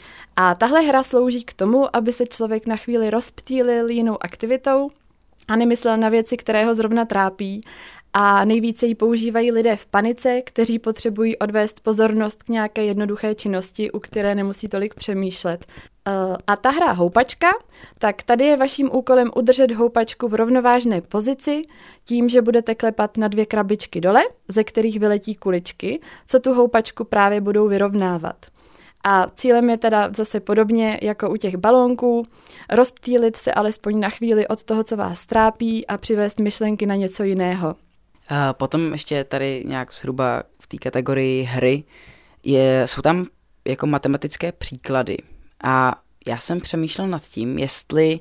A tahle hra slouží k tomu, aby se člověk na chvíli rozptýlil jinou aktivitou a nemyslel na věci, které ho zrovna trápí. A nejvíce ji používají lidé v panice, kteří potřebují odvést pozornost k nějaké jednoduché činnosti, u které nemusí tolik přemýšlet. A ta hra Houpačka, tak tady je vaším úkolem udržet houpačku v rovnovážné pozici tím, že budete klepat na dvě krabičky dole, ze kterých vyletí kuličky, co tu houpačku právě budou vyrovnávat. A cílem je teda zase podobně jako u těch balónků, rozptýlit se alespoň na chvíli od toho, co vás trápí a přivést myšlenky na něco jiného. A potom ještě tady nějak zhruba v té kategorii hry je, jsou tam jako matematické příklady. A já jsem přemýšlel nad tím, jestli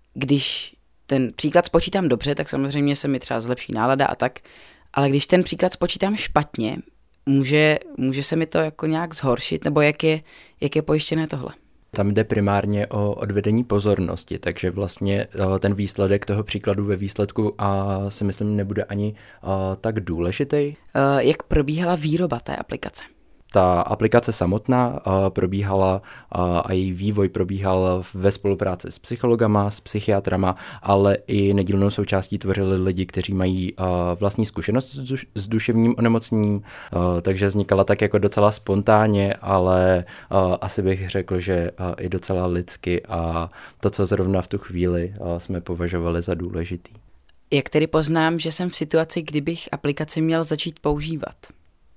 když ten příklad spočítám dobře, tak samozřejmě se mi třeba zlepší nálada a tak, ale když ten příklad spočítám špatně, může, může se mi to jako nějak zhoršit, nebo jak je, jak je pojištěné tohle? Tam jde primárně o odvedení pozornosti, takže vlastně ten výsledek toho příkladu ve výsledku a si myslím nebude ani tak důležitý. Jak probíhala výroba té aplikace? Ta aplikace samotná probíhala a její vývoj probíhal ve spolupráci s psychologama, s psychiatrama, ale i nedílnou součástí tvořili lidi, kteří mají vlastní zkušenost s duševním onemocněním, takže vznikala tak jako docela spontánně, ale asi bych řekl, že i docela lidsky a to, co zrovna v tu chvíli jsme považovali za důležitý. Jak tedy poznám, že jsem v situaci, kdybych aplikaci měl začít používat?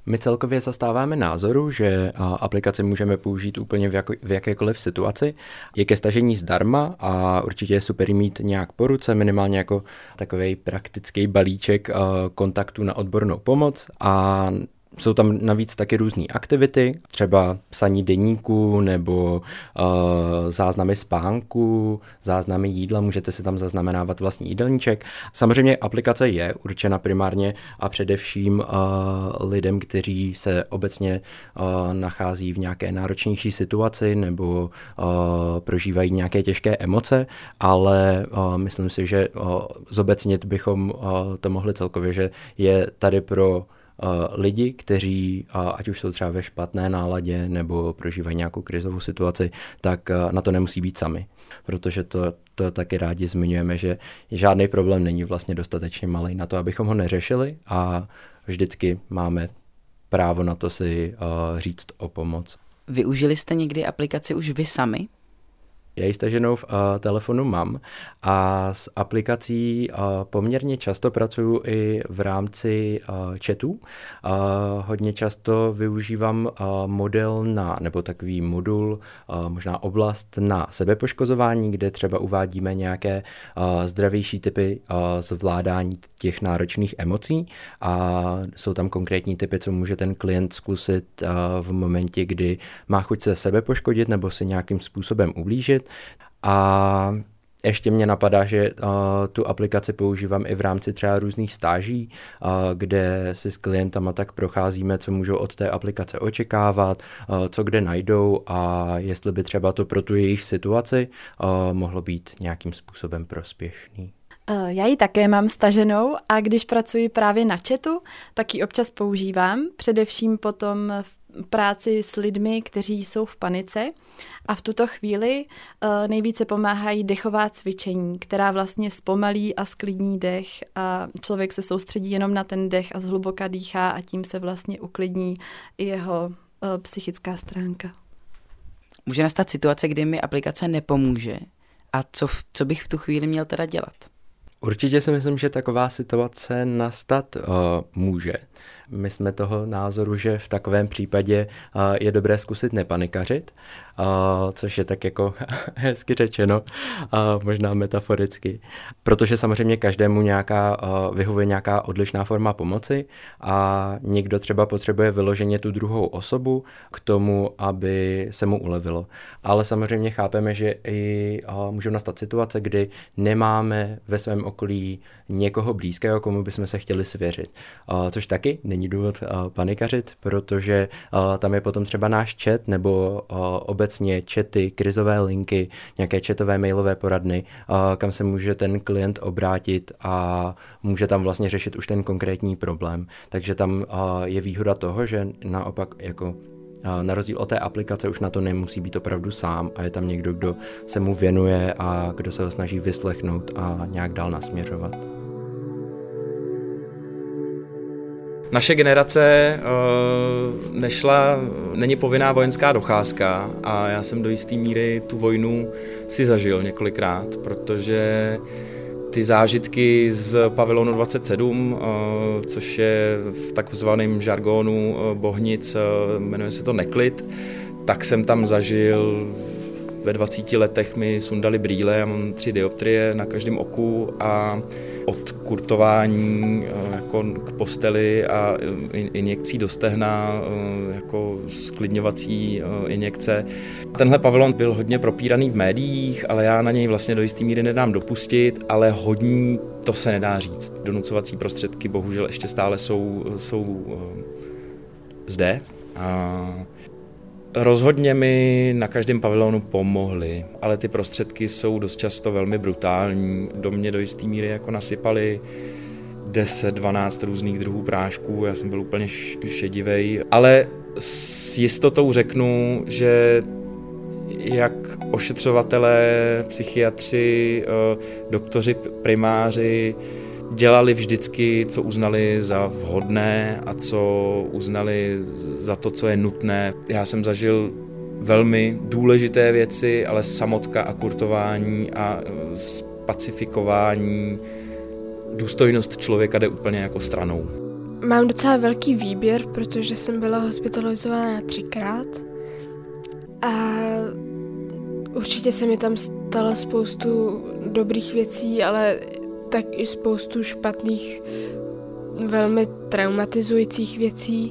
My celkově zastáváme názoru, že aplikaci můžeme použít úplně v, jako, v jakékoliv situaci. Je ke stažení zdarma a určitě je super mít nějak po ruce, minimálně jako takový praktický balíček kontaktů na odbornou pomoc a jsou tam navíc taky různé aktivity, třeba psaní deníku nebo uh, záznamy spánku, záznamy jídla, můžete si tam zaznamenávat vlastní jídelníček. Samozřejmě aplikace je určena primárně a především uh, lidem, kteří se obecně uh, nachází v nějaké náročnější situaci nebo uh, prožívají nějaké těžké emoce, ale uh, myslím si, že uh, zobecnit bychom uh, to mohli celkově, že je tady pro lidi, kteří, ať už jsou třeba ve špatné náladě nebo prožívají nějakou krizovou situaci, tak na to nemusí být sami. Protože to, to taky rádi zmiňujeme, že žádný problém není vlastně dostatečně malý na to, abychom ho neřešili a vždycky máme právo na to si říct o pomoc. Využili jste někdy aplikaci už vy sami? Já ji staženou v uh, telefonu mám a s aplikací uh, poměrně často pracuji i v rámci uh, chatů. Uh, hodně často využívám uh, model na, nebo takový modul, uh, možná oblast na sebepoškozování, kde třeba uvádíme nějaké uh, zdravější typy uh, zvládání těch náročných emocí a jsou tam konkrétní typy, co může ten klient zkusit uh, v momentě, kdy má chuť se sebepoškodit nebo si nějakým způsobem ublížit. A ještě mě napadá, že uh, tu aplikaci používám i v rámci třeba různých stáží, uh, kde si s klientama tak procházíme, co můžou od té aplikace očekávat, uh, co kde najdou a jestli by třeba to pro tu jejich situaci uh, mohlo být nějakým způsobem prospěšný. Já ji také mám staženou a když pracuji právě na chatu, tak ji občas používám, především potom v práci s lidmi, kteří jsou v panice a v tuto chvíli uh, nejvíce pomáhají dechová cvičení, která vlastně zpomalí a sklidní dech a člověk se soustředí jenom na ten dech a zhluboka dýchá a tím se vlastně uklidní i jeho uh, psychická stránka. Může nastat situace, kdy mi aplikace nepomůže a co, co bych v tu chvíli měl teda dělat? Určitě si myslím, že taková situace nastat uh, může. My jsme toho názoru, že v takovém případě uh, je dobré zkusit nepanikařit, uh, což je tak jako hezky řečeno, uh, možná metaforicky. Protože samozřejmě každému nějaká, uh, vyhovuje nějaká odlišná forma pomoci a někdo třeba potřebuje vyloženě tu druhou osobu k tomu, aby se mu ulevilo. Ale samozřejmě chápeme, že i uh, můžou nastat situace, kdy nemáme ve svém okolí někoho blízkého, komu bychom se chtěli svěřit. Uh, což taky není důvod uh, panikařit, protože uh, tam je potom třeba náš chat nebo uh, obecně chaty, krizové linky, nějaké chatové mailové poradny, uh, kam se může ten klient obrátit a může tam vlastně řešit už ten konkrétní problém. Takže tam uh, je výhoda toho, že naopak jako na rozdíl od té aplikace už na to nemusí být opravdu sám a je tam někdo, kdo se mu věnuje a kdo se ho snaží vyslechnout a nějak dál nasměřovat. Naše generace uh, nešla, není povinná vojenská docházka a já jsem do jisté míry tu vojnu si zažil několikrát, protože ty zážitky z pavilonu dvacet sedm, což je v takzvaném žargonu Bohnic, jmenuje se to neklid, tak jsem tam zažil, ve dvaceti letech mi sundali brýle, já mám tři dioptrie na každém oku a od kurtování jako k posteli a injekcí do stehna jako sklidňovací injekce. Tenhle pavilon byl hodně propíraný v médiích, ale já na něj vlastně do jisté míry nedám dopustit, ale hodně to se nedá říct. Donucovací prostředky bohužel ještě stále jsou, jsou zde. A rozhodně mi na každém pavilonu pomohly, ale ty prostředky jsou dost často velmi brutální. Do mě do jisté míry jako nasypali deset dvanáct různých druhů prášků, já jsem byl úplně šedivej, ale s jistotou řeknu, že jak ošetřovatelé, psychiatři, doktoři, primáři dělali vždycky, co uznali za vhodné a co uznali za to, co je nutné. Já jsem zažil velmi důležité věci, ale samotka a kurtování a spacifikování, důstojnost člověka jde úplně jako stranou. mám docela velký výběr, protože jsem byla hospitalizována třikrát a určitě se mi tam stalo spoustu dobrých věcí, ale tak i spoustu špatných, velmi traumatizujících věcí.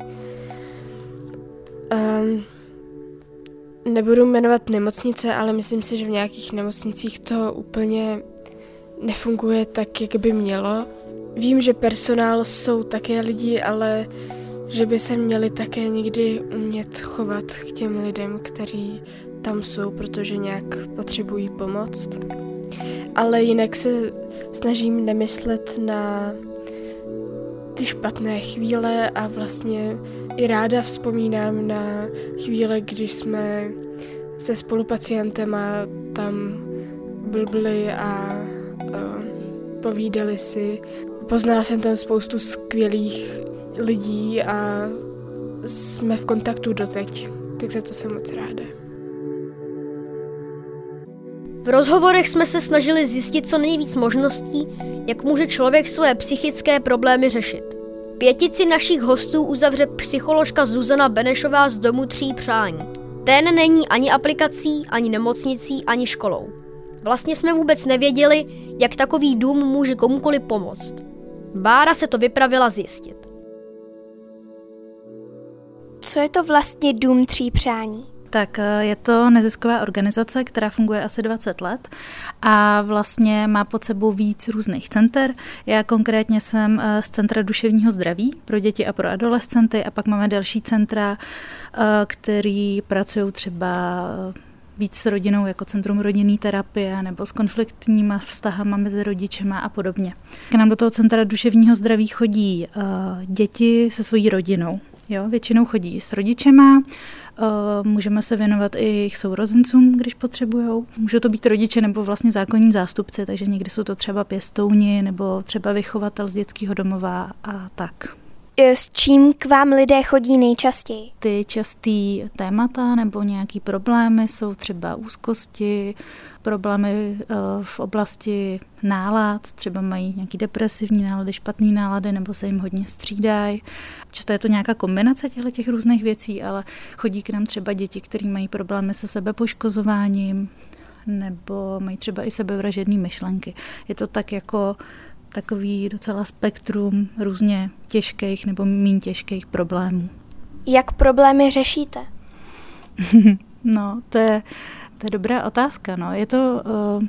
Um, nebudu jmenovat nemocnice, ale myslím si, že v nějakých nemocnicích to úplně nefunguje tak, jak by mělo. Vím, že personál jsou také lidi, ale že by se měli také někdy umět chovat k těm lidem, kteří tam jsou, protože nějak potřebují pomoc. Ale jinak se snažím nemyslet na ty špatné chvíle a vlastně i ráda vzpomínám na chvíle, když jsme se spolupacientem tam blbli a, a povídali si. Poznala jsem tam spoustu skvělých lidí a jsme v kontaktu doteď, tak za to jsem moc ráda. V rozhovorech jsme se snažili zjistit co nejvíc možností, jak může člověk své psychické problémy řešit. Pětici našich hostů uzavře psycholožka Zuzana Benešová z Domu tří přání. Ten není ani aplikací, ani nemocnicí, ani školou. Vlastně jsme vůbec nevěděli, jak takový dům může komukoliv pomoct. Bára se to vypravila zjistit. Co je to vlastně Dům tří přání? Tak je to nezisková organizace, která funguje asi dvacet let a vlastně má pod sebou víc různých center. Já konkrétně jsem z Centra duševního zdraví pro děti a pro adolescenty a pak máme další centra, který pracují třeba víc s rodinou jako Centrum rodinné terapie nebo s konfliktníma vztahama mezi rodičema a podobně. K nám do toho Centra duševního zdraví chodí děti se svojí rodinou. Jo, většinou chodí s rodičema, můžeme se věnovat i jejich sourozencům, když potřebujou. Můžou to být rodiče nebo vlastně zákonní zástupci, takže někdy jsou to třeba pěstouni nebo třeba vychovatel z dětského domova a tak. S čím k vám lidé chodí nejčastěji? Ty častý témata nebo nějaký problémy jsou třeba úzkosti, problémy v oblasti nálad, třeba mají nějaký depresivní nálady, špatný nálady nebo se jim hodně střídají. Často je to nějaká kombinace těchto těch různých věcí, ale chodí k nám třeba děti, které mají problémy se sebepoškozováním nebo mají třeba i sebevražedné myšlenky. Je to tak jako takový docela spektrum různě těžkých nebo méně těžkých problémů. Jak problémy řešíte? No, to je, to je dobrá otázka. No. Je to, uh,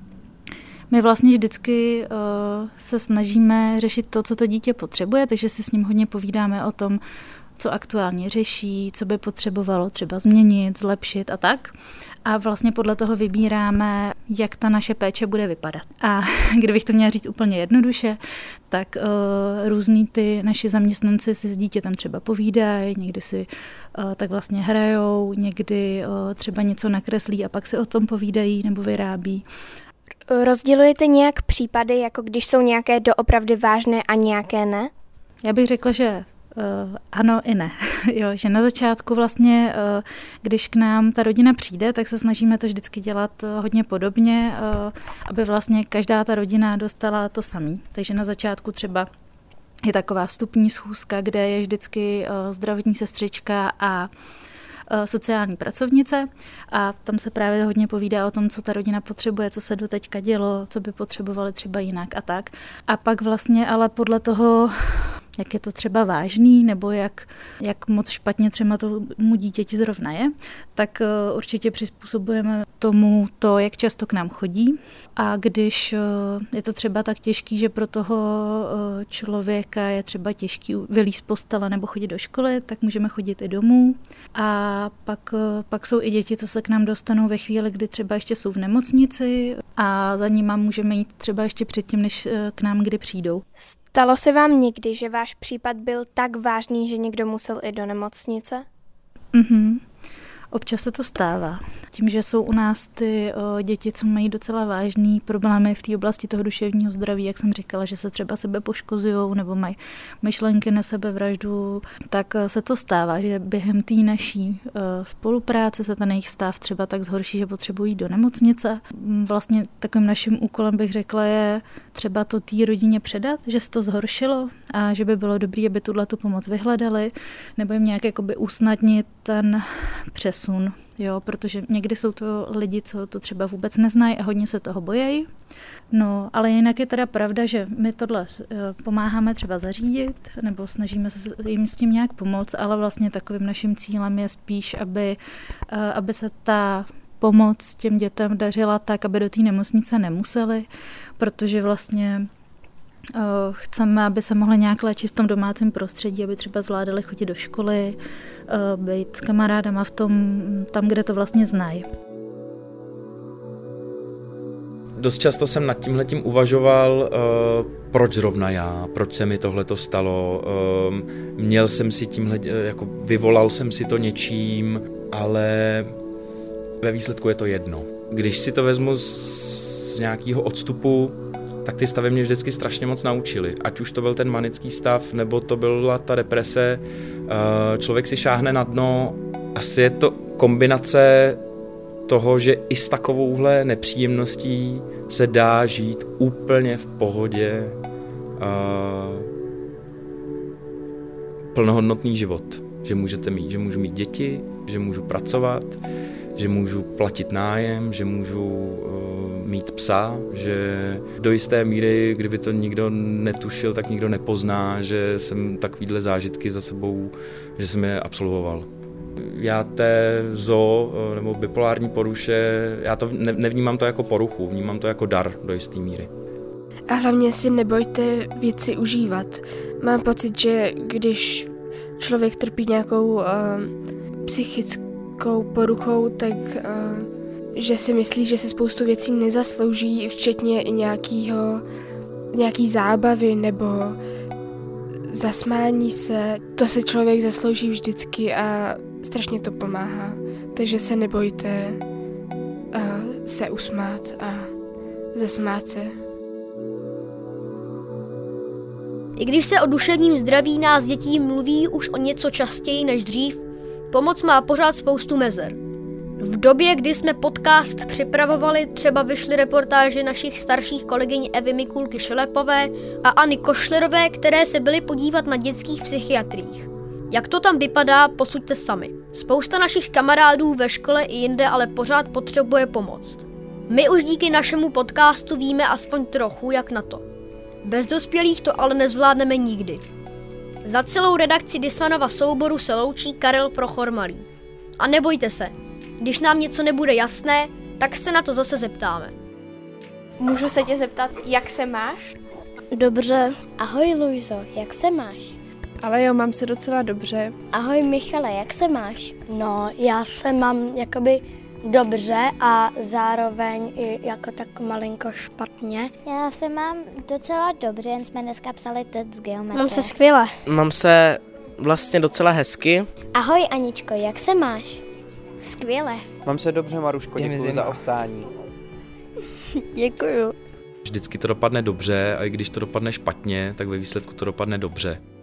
my vlastně vždycky uh, se snažíme řešit to, co to dítě potřebuje, takže si s ním hodně povídáme o tom, co aktuálně řeší, co by potřebovalo třeba změnit, zlepšit a tak. A vlastně podle toho vybíráme, jak ta naše péče bude vypadat. A kdybych to měla říct úplně jednoduše, tak uh, různý ty naši zaměstnanci si s dítětem třeba povídají, někdy si uh, tak vlastně hrajou, někdy uh, třeba něco nakreslí a pak si o tom povídají nebo vyrábí. Rozdělujete nějak případy, jako když jsou nějaké doopravdy vážné a nějaké ne? Já bych řekla, že Uh, ano i ne. Jo, že na začátku vlastně, uh, když k nám ta rodina přijde, tak se snažíme to vždycky dělat uh, hodně podobně, uh, aby vlastně každá ta rodina dostala to samý. Takže na začátku třeba je taková vstupní schůzka, kde je vždycky uh, zdravotní sestřička a sociální pracovnice a tam se právě hodně povídá o tom, co ta rodina potřebuje, co se doteďka dělo, co by potřebovali třeba jinak a tak. A pak vlastně ale podle toho, jak je to třeba vážný, nebo jak, jak moc špatně třeba tomu dítěti zrovna je, tak určitě přizpůsobujeme tomu to, jak často k nám chodí. A když je to třeba tak těžký, že pro toho člověka je třeba těžký vylízt z postele nebo chodit do školy, tak můžeme chodit i domů. A pak, pak jsou i děti, co se k nám dostanou ve chvíli, kdy třeba ještě jsou v nemocnici a za nima můžeme jít třeba ještě předtím, než k nám kdy přijdou. Stalo se vám někdy, že váš případ byl tak vážný, že někdo musel i do nemocnice? Mhm. Občas se to stává. Tím, že jsou u nás ty o, děti, co mají docela vážný problémy v té oblasti toho duševního zdraví, jak jsem říkala, že se třeba sebe poškozujou nebo mají myšlenky na sebevraždu, tak se to stává, že během té naší o, spolupráce se ten jejich stav třeba tak zhorší, že potřebují do nemocnice. Vlastně takovým naším úkolem bych řekla je třeba to té rodině předat, že se to zhoršilo a že by bylo dobré, aby tuhle tu pomoc vyhledali, nebo jim nějak jakoby usnadnit ten přesun, jo, protože někdy jsou to lidi, co to třeba vůbec neznají a hodně se toho bojejí. No, ale jinak je teda pravda, že my tohle pomáháme třeba zařídit, nebo snažíme se jim s tím nějak pomoct, ale vlastně takovým naším cílem je spíš, aby, aby se ta pomoc těm dětem dařila tak, aby do té nemocnice nemuseli, protože vlastně uh, chceme, aby se mohli nějak léčit v tom domácím prostředí, aby třeba zvládali chodit do školy, uh, být s kamarádama v tom, tam, kde to vlastně znají. Dost často jsem nad tímhletím uvažoval, uh, proč zrovna já, proč se mi tohleto stalo. Uh, měl jsem si tímhle, jako vyvolal jsem si to něčím, ale ve výsledku je to jedno. Když si to vezmu z, z nějakého odstupu, tak ty stavy mě vždycky strašně moc naučily. Ať už to byl ten manický stav, nebo to byla ta deprese, člověk si šáhne na dno. Asi je to kombinace toho, že i s takovouhle nepříjemností se dá žít úplně v pohodě plnohodnotný život. Že můžete mít, že můžu mít děti, že můžu pracovat, že můžu platit nájem, že můžu uh, mít psa, že do jisté míry, kdyby to nikdo netušil, tak nikdo nepozná, že jsem takovýhle zážitky za sebou, že jsem je absolvoval. Já té zoo nebo bipolární poruše, já to ne, nevnímám to jako poruchu, vnímám to jako dar do jisté míry. A hlavně si nebojte věci užívat. Mám pocit, že když člověk trpí nějakou uh, psychickou poruchou, tak uh, že si myslí, že si spoustu věcí nezaslouží, včetně i nějakýho, nějaký zábavy nebo zasmání se. To se člověk zaslouží vždycky a strašně to pomáhá. Takže se nebojte uh, se usmát a zasmát se. I když se o duševním zdraví nás dětí mluví už o něco častěji než dřív, pomoc má pořád spoustu mezer. V době, kdy jsme podcast připravovali, třeba vyšly reportáže našich starších kolegyň Evy Mikulky Šelepové a Anny Košlerové, které se byly podívat na dětských psychiatriích. Jak to tam vypadá, posuďte sami. Spousta našich kamarádů ve škole i jinde ale pořád potřebuje pomoc. My už díky našemu podcastu víme aspoň trochu, jak na to. Bez dospělých to ale nezvládneme nikdy. Za celou redakci Dismanova souboru se loučí Karel Prochor-Malý. A nebojte se, když nám něco nebude jasné, tak se na to zase zeptáme. Můžu se tě zeptat, jak se máš? Dobře. Ahoj Luizo, jak se máš? Ale jo, mám se docela dobře. Ahoj Michale, jak se máš? No, já se mám jakoby dobře a zároveň i jako tak malinko špatně. Já se mám docela dobře, jen jsme dneska psali test z geometrie. Mám se skvěle. Mám se vlastně docela hezky. Ahoj Aničko, jak se máš? Skvěle. Mám se dobře, Maruško, děkuji za optání. Děkuju. Vždycky to dopadne dobře a i když to dopadne špatně, tak ve výsledku to dopadne dobře.